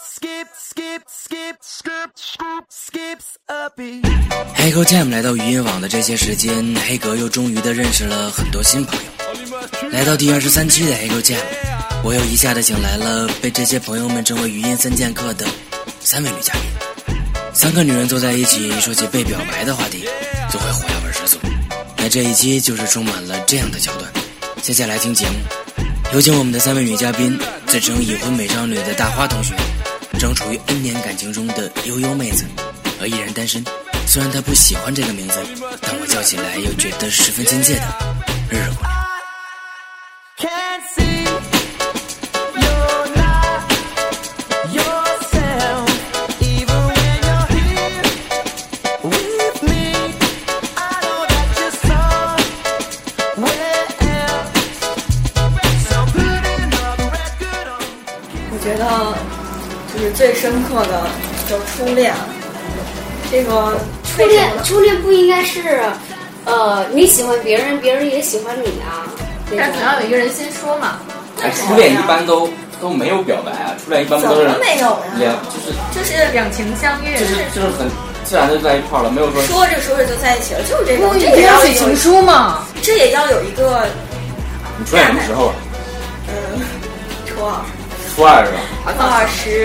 黑狗 Time 来到语音网的这些时间，黑哥又终于的认识了很多新朋友。来到第23期的黑狗 Time， 我又一下的请来了被这些朋友们称为语音3剑客的3位女嘉宾。3个女人坐在一起，说起被表白的话题，就会火药味十足。那这一期就是充满了这样的桥段。接下来听节目，有请我们的3位女嘉宾，自称已婚美少女的大花同学，正处于 N 年感情中的悠悠妹子，和依然单身。虽然她不喜欢这个名字，但我叫起来又觉得十分亲切的日日姑娘。 我觉得就是最深刻的就是初恋。这个初恋不应该是你喜欢别人，别人也喜欢你啊？ 但总要有一个人先说嘛。 初恋一般都没有表白啊，初恋一般都是没有呀， 就是两情相悦， 就是很自然的在一块儿了，没有说说着就在一起了，就是这种。 这也要写情书嘛？ 这也要有一个。 你初恋什么时候啊？ 初二。 初二是吧？ 初二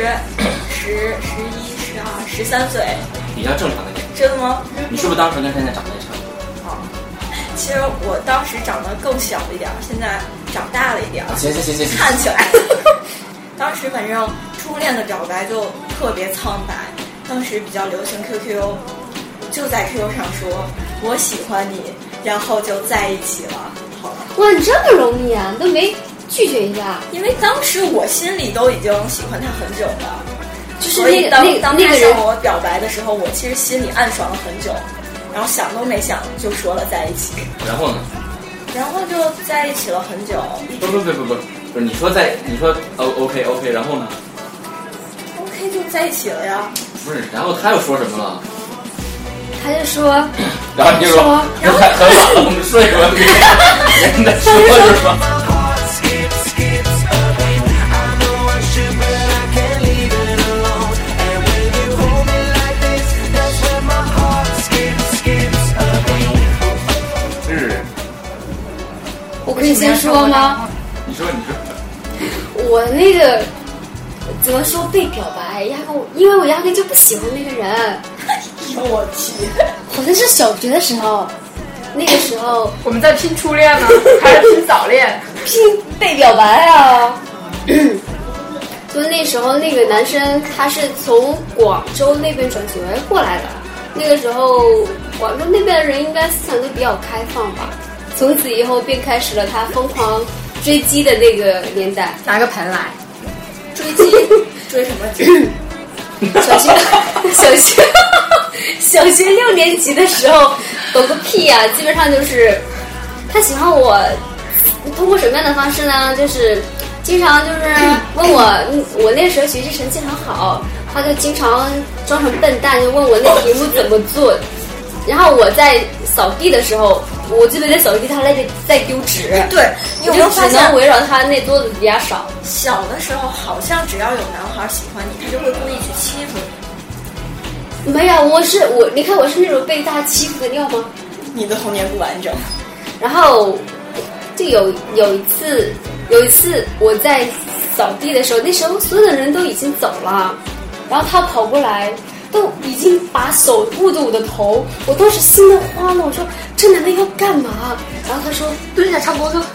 11、12、13岁， 比较正常的年纪。 真的吗？ 你是不是当时跟现在长得也差不多？ 其实我当时长得更小一点，现在长大了一点。 行， 看起来。当时反正初恋的表白就特别苍白，当时比较流行 QQ， 就在 QQ 上说我喜欢你，然后就在一起了。好了。 哇，你这么容易啊？你都没拒绝一下？ 因为当时我心里都已经喜欢他很久了， 就是当他向我表白的时候，我其实心里暗爽了很久，然后想都没想就说了在一起。 然后呢？ 然后就在一起了很久。 不是你说OK， 然后呢 ？OK 就在一起了呀。 不是，然后他又说什么了？ 他就说， 然后你就说，很晚了，我们睡吧。你在说是吧？ 我可以先说吗？ 你说。 我那个怎么说被表白，因为我压根就不喜欢那个人。 我去， 好像是小学的时候，那个时候我们在拼初恋呢，还是拼早恋？ 拼被表白啊！就是那时候那个男生他是从广州那边转学过来的，那个时候广州那边的人应该思想都比较开放吧。从此以后便开始了他疯狂追击的那个年代。 拿个盆来追击，追什么击？ 小学6年级的时候，懂个屁啊！基本上就是他喜欢我，通过什么样的方式呢？就是经常就是问我那时候学习成绩很好，他就经常装成笨蛋，就问我那题目怎么做。然后我在扫地的时候，我这边在扫地，他那边在丢纸。 对，你有没有发现？ 只能围绕他那桌子比较少。 小的时候好像只要有男孩喜欢你，他就会故意去欺负你。 没有，你看我是那种被大家欺负的料吗？ 你的童年不完整。 然后就有一次我在扫地的时候，那时候所有的人都已经走了，然后他跑过来。都已经把手捂着我的头，我当时心都慌了。我说这男的要干嘛？然后他说蹲下唱国歌。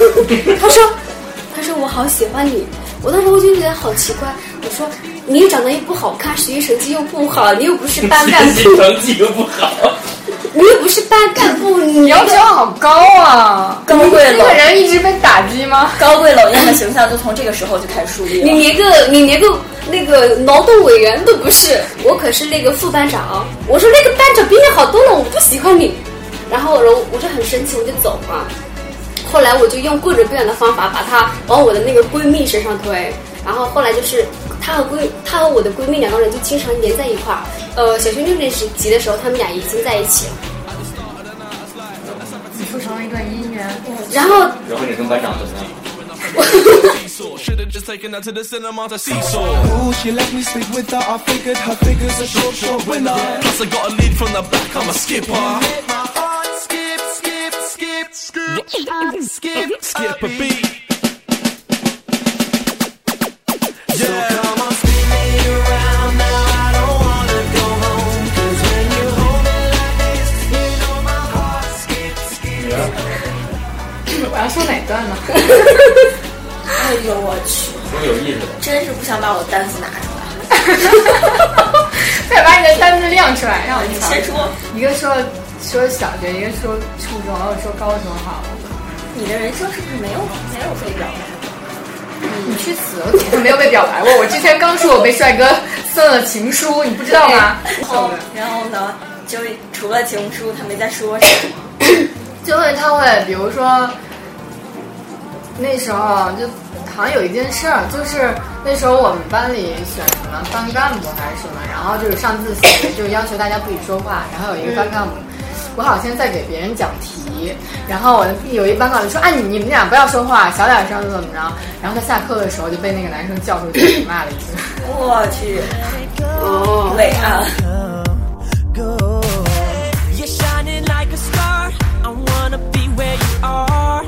他说我好喜欢你。我当时我就觉得好奇怪，我说你又长得又不好看，学习成绩又不好，你又不是班干部， 学习成绩又不好， 你又不是班干部， 你要求好高啊！ 高贵冷， 这个人一直被打击吗？ 高贵冷艳的形象就从这个时候就开始树立了。 你连个那个劳动委员都不是，我可是那个副班长。我说那个班长比你好多了，我不喜欢你。然后我就很生气，我就走嘛。后来我就用各种各样的方法把他往我的那个闺蜜身上推，然后后来就是她和我的闺蜜2个人就经常黏在一块儿。小学6年级的时候，他们俩已经在一起了。 促成了一段姻缘。 然后你跟班长怎么样？ seesaw. Should've just taken her to the cinema to seesaw. Ooh, she let me sleep with her. I figured her figure's a short winner. Plus I got a lead from the back, I'm a skipper. Make my heart skip, skip, skip, skip, skip, Skip a beat. So come on, spin me around now. I don't wanna go home. 'Cause when you hold me like this, you know my heart skip, skip. 我要说哪段呢？ 哎呦我去， 说有意思的。 真是不想把我的单子拿出来。 快把你的单子亮出来，让我你瞧。 先说， 一个说小学，一个说初中，然后说高中好了。 你的人生是不是没有被表白？ 你去死！我怎么会没有被表白过？我之前刚说我被帅哥送了情书，你不知道吗？ 然后呢，就除了情书，他没再说什么。 他会，比如说那时候就好像有一件事儿，就是那时候我们班里选什么班干部还是什么，然后就是上自习，就要求大家不许说话，然后有一个班干部。我好像在给别人讲题，然后我有一班干部说：“你们俩不要说话，小点声，怎么着？”然后他下课的时候就被那个男生叫出去骂了一句。 我去，伟岸。 You're shining like a star. I wanna be where you are.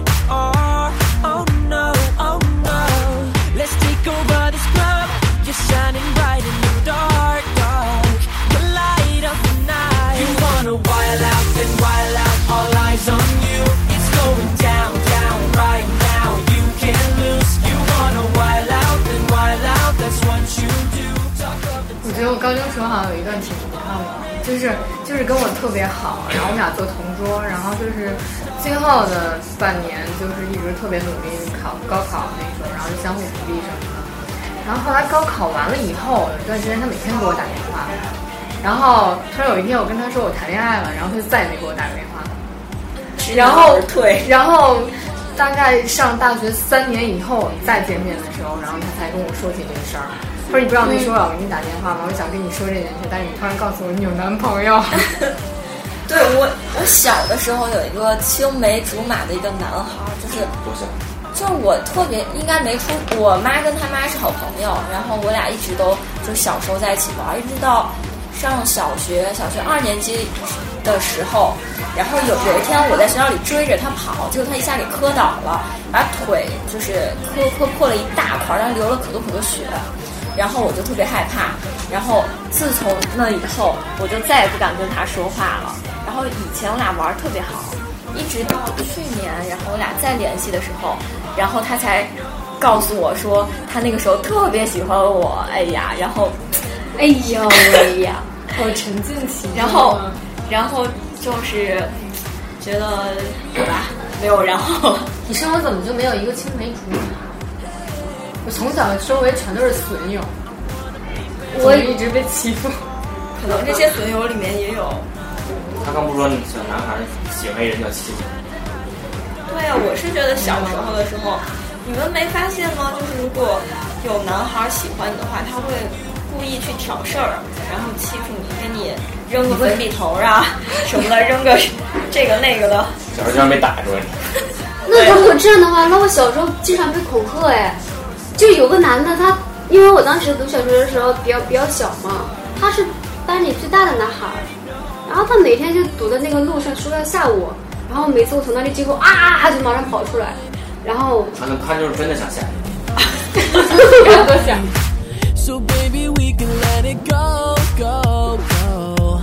Oh no, oh no. Let's take over this club. You're shining bright in the dark, dark. The light of the night. You wanna wild out, then wild out. All eyes on you. It's going down, down right now. You can't lose. You wanna wild out, then wild out. That's what you do. Talk of the 我觉得我高中时候好像有一段挺遗憾的，就是跟我特别好，然后我们俩做同桌，然后就是最后的半年就是一直特别努力考高考那种，然后就相互鼓励什么的。然后后来高考完了以后，有一段时间他每天给我打电话，然后突然有一天我跟他说我谈恋爱了，然后他就再也没给我打过电话。然后大概上大学3年以后再见面的时候，然后他才跟我说起这个事儿。他说你不知道那时候我给你打电话吗？我想跟你说这件事，但是你突然告诉我你有男朋友。 对我小的时候有一个青梅竹马的一个男孩，就是多小？ 就是我特别应该没出，我妈跟他妈是好朋友，然后我俩一直都就小时候在一起玩，一直到上小学2年级的时候，然后有一天我在学校里追着他跑，结果他一下给磕倒了，把腿就是磕破了一大块，然后流了可多血。然后我就特别害怕，然后自从那以后，我就再也不敢跟他说话了。然后以前我俩玩特别好，一直到去年，然后我俩再联系的时候，然后他才告诉我说他那个时候特别喜欢我。哎呀，然后，哎呦喂呀， 好沉浸其中。 然后就是觉得好吧，没有然后。 你生活怎么就没有一个青梅竹马？我从小周围全都是损友，我一直被欺负。 可能这些损友里面也有。 他刚不说你小男孩喜欢一人叫欺负。 对啊，我是觉得小时候的时候，你们没发现吗？就是如果有男孩喜欢你的话，他会故意去挑事儿，然后欺负你，给你扔个粉笔头啊什么的，扔个这个那个的。 小时候居然被打着你。 那如果这样的话，那我小时候经常被恐吓哎。就有个男的，他因为我当时读小学的时候比较小嘛，他是班里最大的男孩，然后他每天就堵在那个路上说要吓我，然后每次我从那里经过啊，就马上跑出来，然后他就是真的想吓你， 然后都想。 So baby, we can let it go, go, go.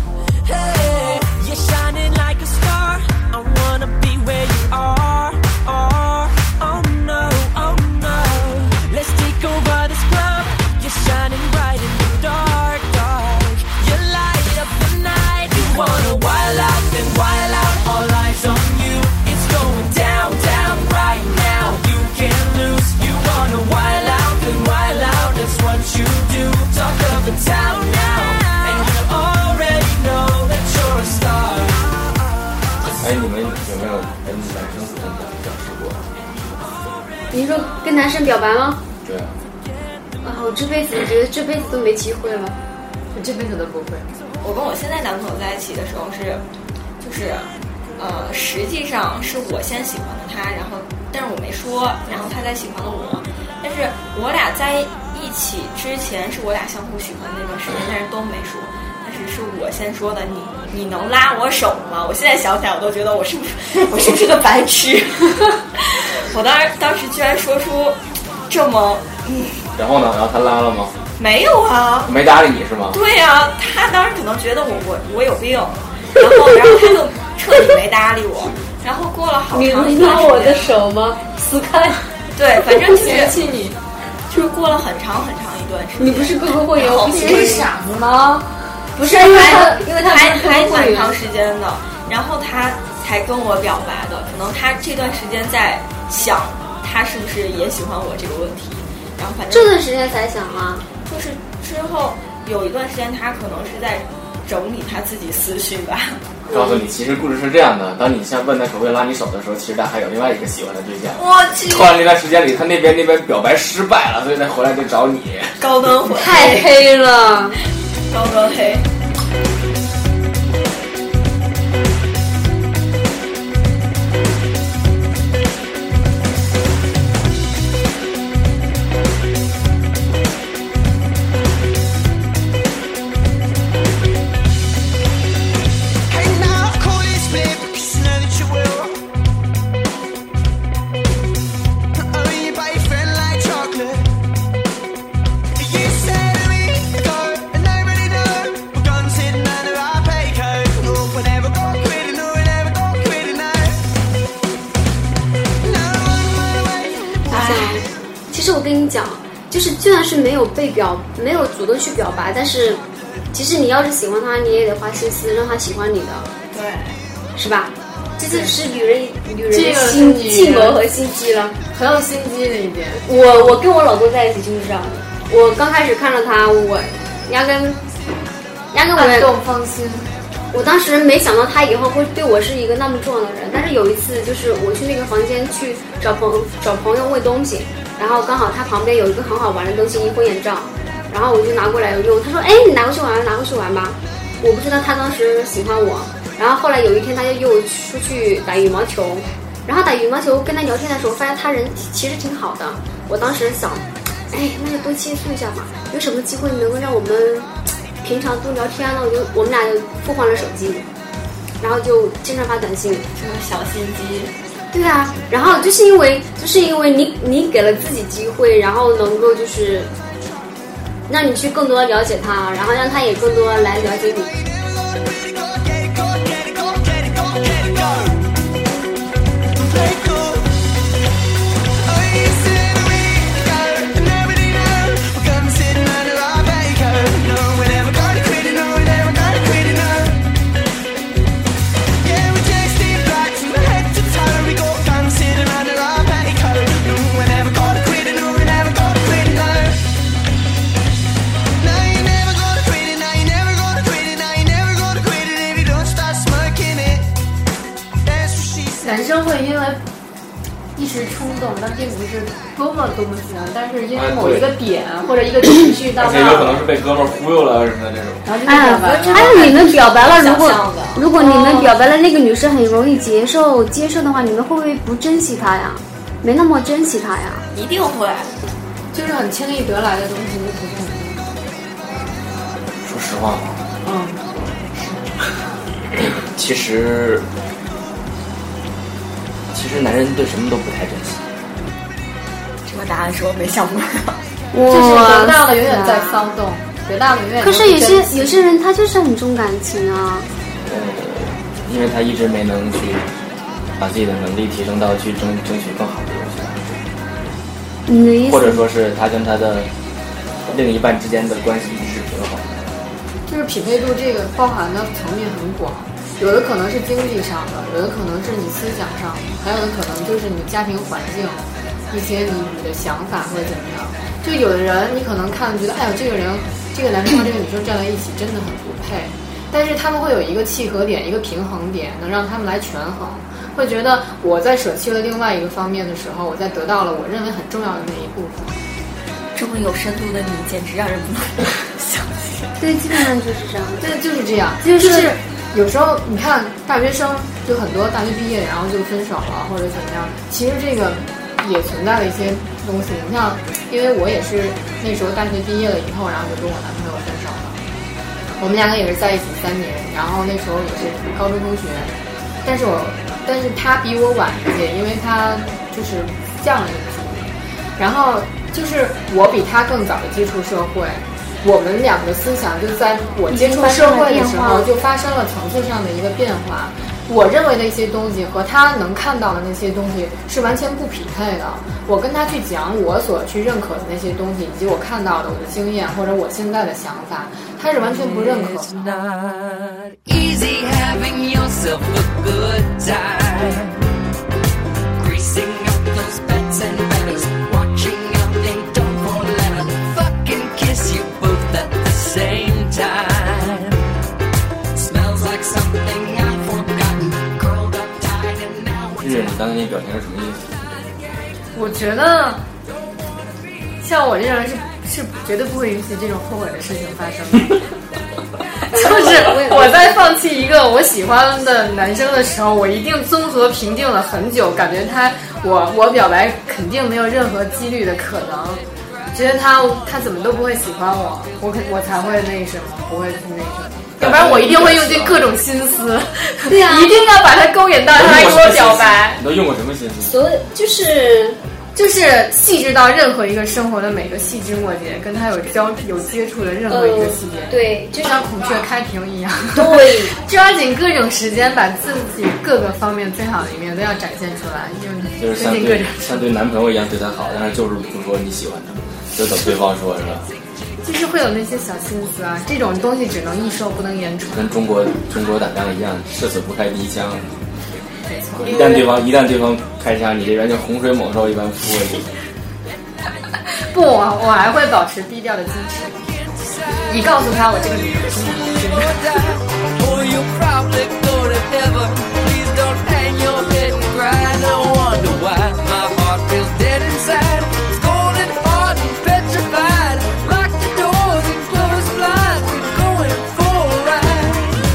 Hey, you're shining like a star. I wanna be where you are. Oh no, oh no. Let's take over this club. You're shining bright in the dark, dark. You light up the night. You wanna wild out, then wild out. All eyes on you. It's going down, down right now. You can't lose. You wanna wild out, then wild out. That's what you do. Talk of the town now, and you already know that you're a star. 哎，你们有没有跟男生主动表示过？ 你说跟男生表白吗？ 对啊。 我这辈子觉得这辈子都没机会了， 我这辈子都不会。 我跟我现在男朋友在一起的时候就是实际上是我先喜欢的他，然后但是我没说，然后他才喜欢了我。 但是我俩在一起之前是我俩相互喜欢那段时间，但是都没说。但是是我先说的，你能拉我手吗？我现在想起来，我都觉得我是不是个白痴？我当时居然说出这么然后呢？然后他拉了吗？ 没有啊， 没搭理你是吗？ 对呀、他当时可能觉得我有病，然后他就彻底没搭理我。然后过了好长一段时间， 你拉我的手吗？撕开。 对，反正就是嫌弃你， 就是过了很长很长一段时间。 你不是哥哥会员， 你是傻子吗？ 不是因为他还蛮会长时间的，然后他才跟我表白的。可能他这段时间在想，他是不是也喜欢我这个问题。然后反正这段时间才想啊， 就是之后有一段时间，他可能是在整理他自己思绪吧。 告诉你，其实故事是这样的：当你像问他可不可以拉你手的时候，其实他还有另外一个喜欢的对象。 我去， 突然那段时间里，他那边表白失败了，所以才回来就找你。 高端黑， 太黑了。 高端黑。 其实我跟你讲，就是就算是没有主动去表白，但是其实你要是喜欢他，你也得花心思让他喜欢你的， 对， 是吧？这就是女人这个的计谋和心机了， 很有心机的一点。 我跟我老公在一起就是这样的。我刚开始看到他，我压根我也不放心。 我当时没想到他以后会对我是一个那么重要的人，但是有一次就是我去那个房间去找朋友喂东西，然后刚好他旁边有一个很好玩的东西，一婚眼罩，然后我就拿过来用，他说：“哎，你拿过去玩吧。”我不知道他当时喜欢我，然后后来有一天他就约我出去打羽毛球，然后打羽毛球跟他聊天的时候，发现他人其实挺好的。我当时想，哎，那就多倾诉一下吧，有什么机会能够让我们平常多聊天呢？我们俩就互换了手机，然后就经常发短信， 这个小心机。 对啊，然后就是因为你给了自己机会，然后能够就是让你去更多了解他，然后让他也更多来了解你。 男生会因为一时冲动，但并不是多么喜欢，但是因为某一个点或者一个情绪到那， 而且有可能是被哥们儿忽悠了什么的这种。 然后就表白了。 还有你们表白了，如果你们表白了，那个女生很容易接受的话，你们会不会不珍惜她呀？没那么珍惜她呀？ 一定会， 就是很轻易得来的东西，你不会。 说实话嘛，其实男人对什么都不太珍惜。 这个答案是我没想过的。 就是得到的永远在骚动，得到的永远。 可是有些人他就是很重感情啊。 因为他一直没能去把自己的能力提升到去争取更好的东西。 你的意思？ 或者说是他跟他的另一半之间的关系一直是平衡的。 就是匹配度这个包含的层面很广。有的可能是经济上的，有的可能是你思想上的，还有的可能就是你家庭环境，一些你的想法或者怎么样。就有的人你可能看觉得，哎呦，这个人，这个男生和这个女生站在一起真的很不配，但是他们会有一个契合点，一个平衡点，能让他们来权衡。会觉得我在舍弃了另外一个方面的时候，我在得到了我认为很重要的那一部分。 这么有深度的你，简直让人不能相信。 对，基本上就是这样。 对，就是这样， 就是。 有时候你看大学生就很多大学毕业然后就分手了或者怎么样，其实这个也存在了一些东西。你像，因为我也是那时候大学毕业了以后，然后就跟我男朋友分手了。我们两个也是在一起3年，然后那时候也是高中同学，但是他比我晚一届，因为他就是降了一级，然后就是我比他更早的接触社会，我们两个思想就在我接触社会的时候就发生了层次上的一个变化。我认为的一些东西和他能看到的那些东西是完全不匹配的。我跟他去讲我所去认可的那些东西，以及我看到的我的经验或者我现在的想法，他是完全不认可。 It's not easy having yourself a good time. Greasing up those beds and batters, watching out they don't fall out. Fucking kiss you both at the same time. Smells like something I've forgotten. Curled up tight and now 日，你刚才那表情是什么意思？ 我觉得像我这样是绝对不会允许这种后悔的事情发生的。就是我在放弃一个我喜欢的男生的时候，我一定综合评定了很久，感觉我表白肯定没有任何几率的可能，觉得他怎么都不会喜欢我，我才会那什么，不会去那什么，要不然我一定会用尽各种心思， 对呀、 一定要把他勾引到他来给我表白。 你都用过什么心思？ 所以就是细致到任何一个生活的每个细枝末节，跟他有接触的任何一个细节， 对， 就像孔雀开屏一样， 对， 抓紧各种时间，把自己各个方面最好的一面都要展现出来， 就是像对男朋友一样对他好，但是就是不说你喜欢他，就等对方说，是吧？ 就是会有那些小心思啊，这种东西只能易售不能言传， 跟中国打仗一样，誓死不开第一枪。一旦对方开枪，你这边就洪水猛兽一般扑过去。 不，我还会保持低调的矜持，以告诉他我这个女人是真的。 or you'll probably go to heaven. Please don't hang your head and cry. No wonder why my heart feels dead inside. It's cold and hard and petrified. Lock the doors and close the blinds. We're going for a ride.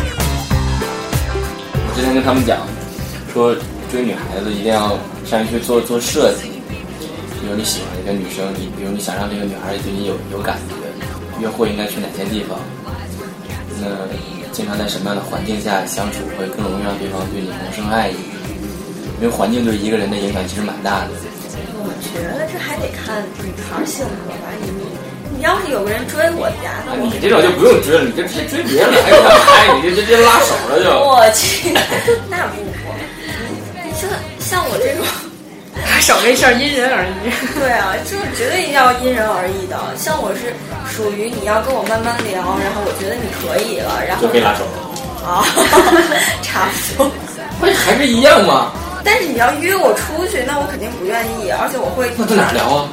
我之前跟他们讲，说追女孩子一定要善于去做设计。比如你喜欢一个女生，比如你想让这个女孩对你有感觉，约会应该去哪些地方？那经常在什么样的环境下相处会更容易让对方对你萌生爱意？因为环境对一个人的影响其实蛮大的。 我觉得这还得看女孩性格吧。你要是有个人追我家，那你这种就不用追了，你就直接追别人了，还想拍你这直接拉手了就。 我去，那不，像我这种。 手这事儿因人而异。 对啊，就是绝对要因人而异的。像我是属于你要跟我慢慢聊，然后我觉得你可以了，然后就可以拉手了。 啊，差不多。 不是还是一样吗？ 但是你要约我出去，那我肯定不愿意，而且我会。 那在哪聊啊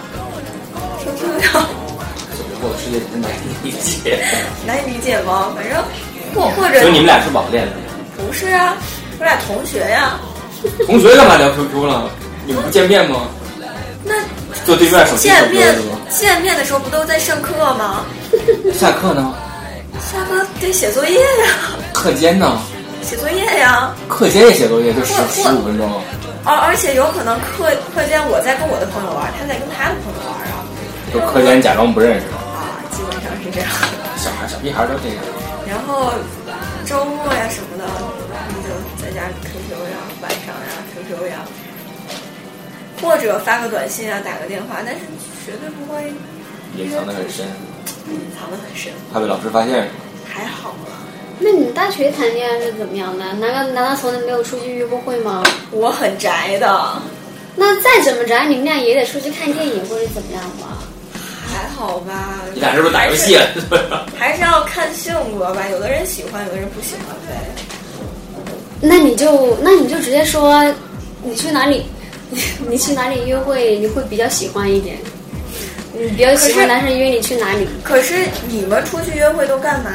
？QQ 聊。 我世界真难以理解。 难以理解吗？反正或者。 所以你们俩是网恋的？ 不是啊，我俩同学呀。 同学干嘛聊 QQ 了？你们不见面吗？ 那坐对面手机见面的时候不都在上课吗？ 下课呢？ 下课得写作业呀。 课间呢？ 写作业呀。 课间也写作业，就15分钟。 而且有可能课间我在跟我的朋友玩，他在跟他的朋友玩啊。 就课间假装不认识。 啊，基本上是这样。 小屁孩都这样。 然后周末呀什么的，你就在家 QQ 呀，晚上呀 QQ 呀。或者发个短信啊，打个电话，但是绝对不会隐藏得很深，怕被老师发现。 还好吧。 那你大学谈恋爱是怎么样的？难道从来没有出去约过会吗？ 我很宅的。 那再怎么宅，你们俩也得出去看电影或者怎么样吧？ 还好吧。 你俩是不是打游戏了？ 还是要看性格吧，有的人喜欢，有的人不喜欢呗。 那你就直接说你去哪里。你去哪里约会你会比较喜欢一点？你比较喜欢男生约你去哪里？ 可是你们出去约会都干嘛？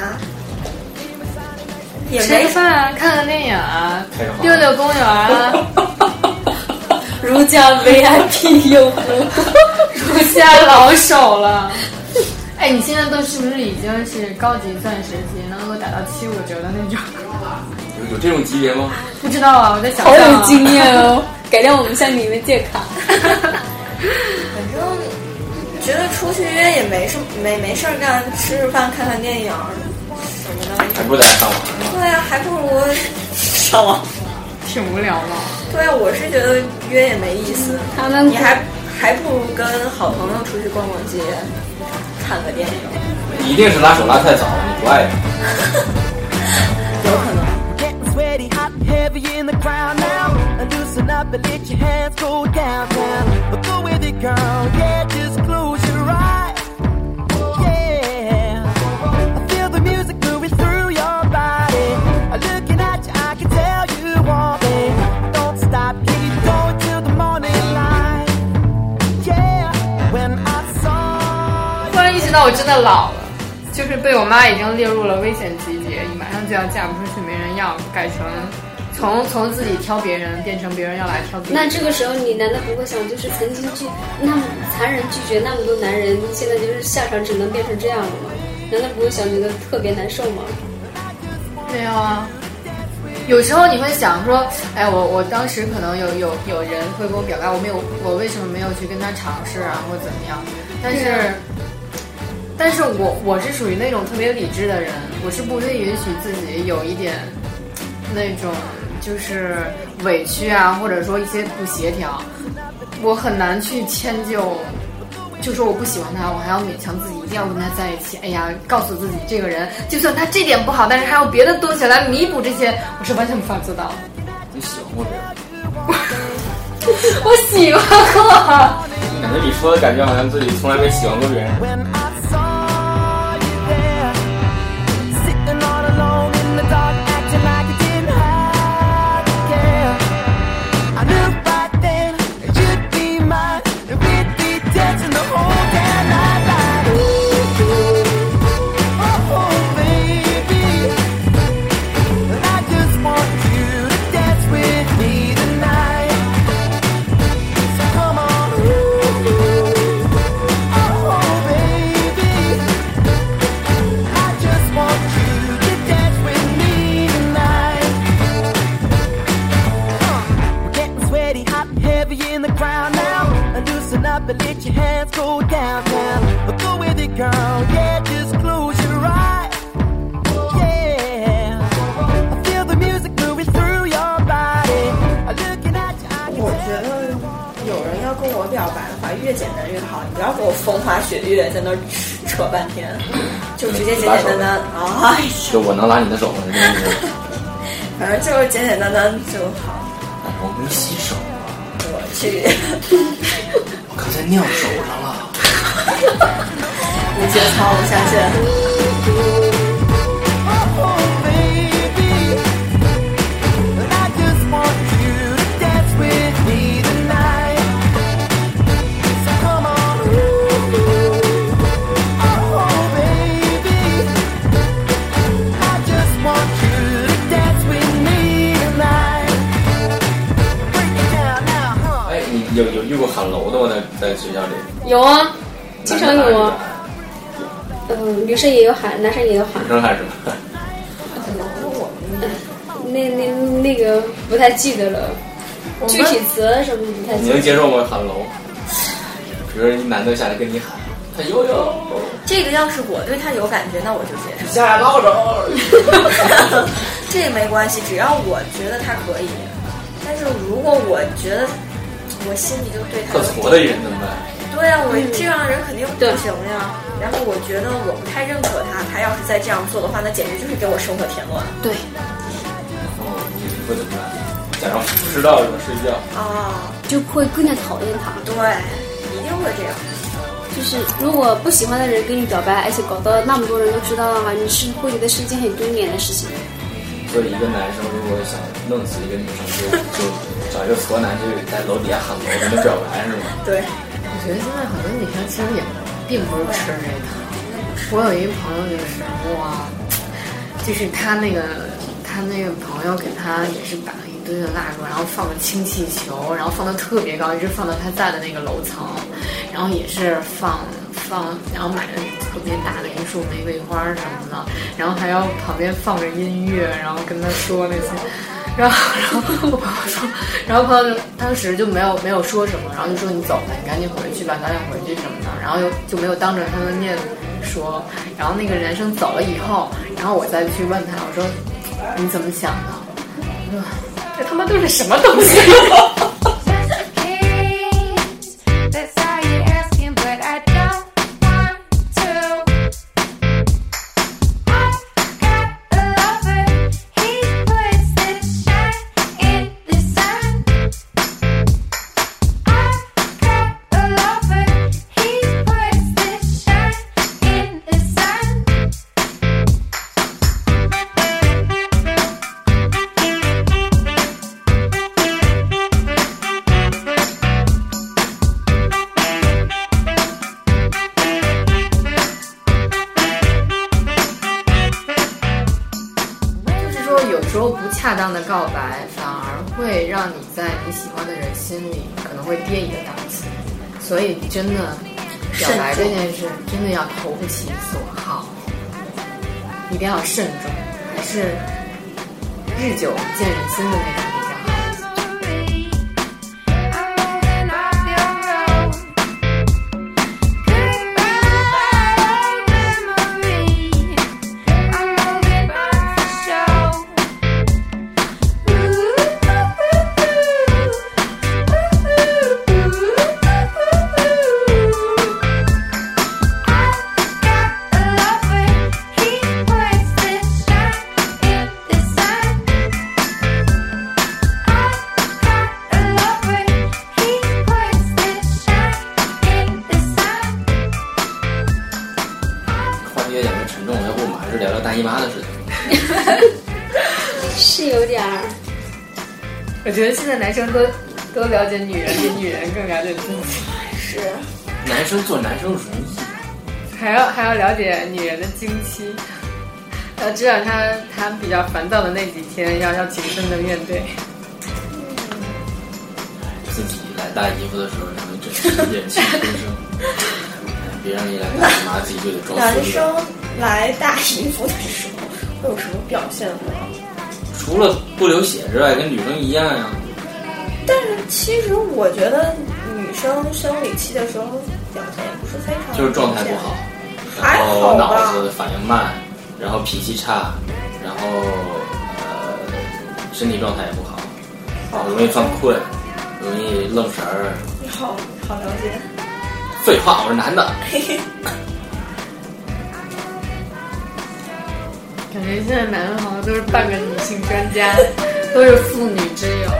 也吃个饭啊，看看电影啊，溜溜公园啊。 如家 VIP 用户， 如家老手了。 哎，你现在都是不是已经是高级钻石级，能够打到75折的那种？ 有这种级别吗？ 不知道啊，我在想好象啊。 有经验哦，改天我们向你们借卡。 反正觉得出去约也没事儿干，吃吃饭、看看电影什么的。 还不如在家上网呢。 对呀、还不如上网。 挺无聊的。 对呀、我是觉得约也没意思。 他们你还不如跟好朋友出去逛逛街，看个电影。 你一定是拉手拉太早了，你不爱他。 有可能。 Getting sweaty, hot and heavy in the crowd now. Loosen up and let your hands go downtown. But go with it, girl. Yeah, just close your eyes. Yeah, I feel the music moving through your body. Looking at you, I can tell you want me. Don't stop, keep going till the morning light. Yeah, when I saw. 突然意识到我真的老了，就是被我妈已经列入了危险级别，马上就要嫁不出去没人要，改成从自己挑别人变成别人要来挑自己。 那这个时候你难道不会想，就是曾经那么残忍拒绝那么多男人，现在就是下场只能变成这样了吗？难道不会想觉得特别难受吗？ 没有啊，有时候你会想说，哎，我当时可能有人会跟我表白，我为什么没有去跟他尝试啊，或者怎么样？但是我是属于那种特别理智的人，我是不会允许自己有一点那种就是委屈啊，或者说一些不协调，我很难去迁就。就说我不喜欢他，我还要勉强自己一定要跟他在一起。哎呀，告诉自己这个人，就算他这点不好，但是还有别的东西来弥补这些，我是完全无法做到的。 你喜欢过别人？ 我喜欢过， 感觉你说的感觉好像自己从来没喜欢过别人。 When I saw you there, sitting all alone in the dark, acting like you didn't have to care. I knew right then you'd be mine, and we'd be dancing the whole damn night like. Oh, baby, and I just want you to dance with me tonight. So come on. Oh, baby, I just want you to dance with me tonight. We're getting sweaty, hot and heavy in the crowd now. Loosen up and let your hands go downtown. But go with it, girl. Yeah, just close your eyes. Yeah, I feel the music moving through your body. Looking at you, I can 我觉得有人要跟我表白的话，越简单越好，你不要给我风花雪月在那儿扯半天，就直接简简单单。哎呀， 就我能拉你的手吗？这个意思。 反正就是简简单单就好。 哎，我没洗手， 我去， 我刚才尿手上了。 无节操，我相信。 Oh, baby, and I just want you to dance with me tonight. So come on, oh, baby, I just want you to dance with me tonight. Break it down now, huh? 哎，你有遇过喊楼的吗？在学校里？ 有啊，经常有啊。女生也有喊，男生也有喊女。生喊什么？ 那个不太记得了，具体词什么不太记得。 你能接受吗？喊楼？比如说一男的下来跟你喊，他悠悠， 这个要是我对他有感觉，那我就接受。 下来捞着。 这没关系，只要我觉得他可以。但是如果我觉得我心里就对他特挫的人怎么办？ 对啊，我这样人肯定不行呀。然后我觉得我不太认可他，他要是再这样做的话，那简直就是给我生活添乱。 对， 哦，你会怎么办？假装不知道怎么睡觉。 啊， 就会更加讨厌他。 对，一定会这样。 就是如果不喜欢的人跟你表白，而且搞到那么多人都知道的话，你是会觉得是一件很丢脸的事情。 所以一个男生如果想弄死一个女生，就找一个矬男去在楼底下喊楼跟他表白是吗？ 对。 我觉得现在很多女生其实也并不是吃这套。我有一个朋友就是哇，就是他那个朋友给他也是摆了一堆的蜡烛，然后放了氢气球，然后放的特别高，一直放到他在的那个楼层，然后也是放然后买的特别大的一束玫瑰花什么的，然后还要旁边放着音乐，然后跟他说那些。然后我朋友说，然后朋友当时就没有说什么，然后就说你走吧，你赶紧回去吧，早点回去什么的，然后就没有当着他的面说。然后那个男生走了以后，然后我再去问他，我说你怎么想的？我说这他妈都是什么东西？恰当的告白反而会让你在你喜欢的人心里可能会跌一个档次，所以真的表白这件事真的要投其所好，一定要慎重，还是日久见人心的那种比较好。 是有点儿。 我觉得现在男生都了解女人，比女人更了解自己。 是。 男生做男生容易， 还要了解女人的经期，要知道她比较烦躁的那几天要谨慎的面对。 自己来大姨夫的时候，然后整是忍气吞声，别让你来大姨妈自己就得装孙子。 男生来大姨夫的时候会有什么表现吗？ 除了不流血之外，跟女生一样呀。 但是其实我觉得女生生理期的时候表现也不是非常， 就是状态不好， 还然后好吧， 脑子反应慢，然后脾气差，然后身体状态也不好，容易犯困，容易愣神儿。 你好了解。 废话，我是男的。 感觉现在男人好像都是半个女性专家，都是妇女之友。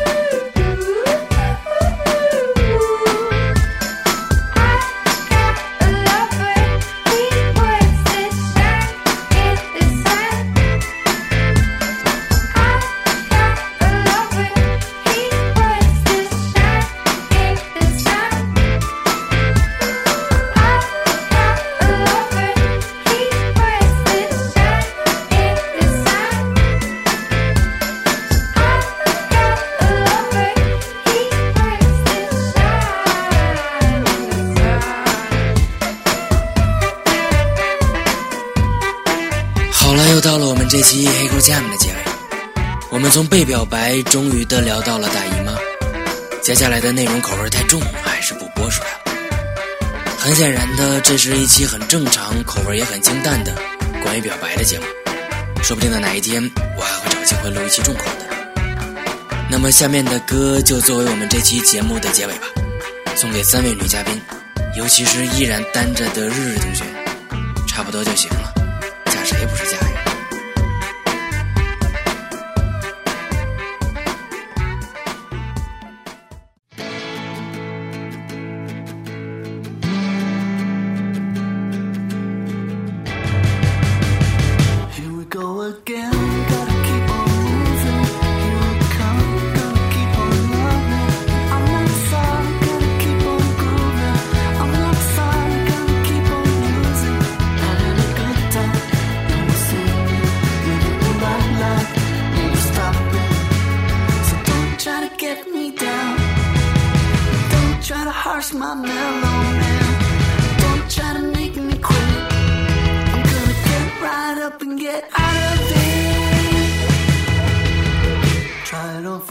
又到了我们这期黑狗 Jam 的结尾，我们从被表白终于的聊到了大姨妈，接下来的内容口味太重，还是不播出来了。很显然的，这是一期很正常、口味也很清淡的关于表白的节目，说不定的哪一天我还会找机会录一期重口的。那么下面的歌就作为我们这期节目的结尾吧，送给3位女嘉宾，尤其是依然单着的日日同学，差不多就行了，嫁谁不是嫁呀？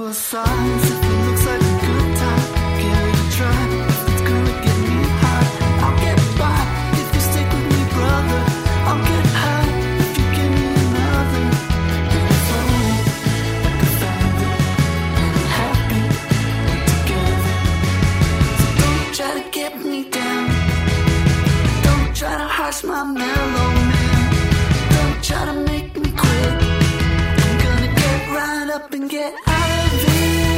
for signs. If it looks like a good time, give it a try. If it's gonna get me high, I'll get by. If you stick with me, brother, I'll get high. If you give me another, and if only like a feather, and I'm happy we're together. So don't try to get me down. Don't try to harsh my mellow man. Don't try to make me quit. I'm gonna get right up and get out of here.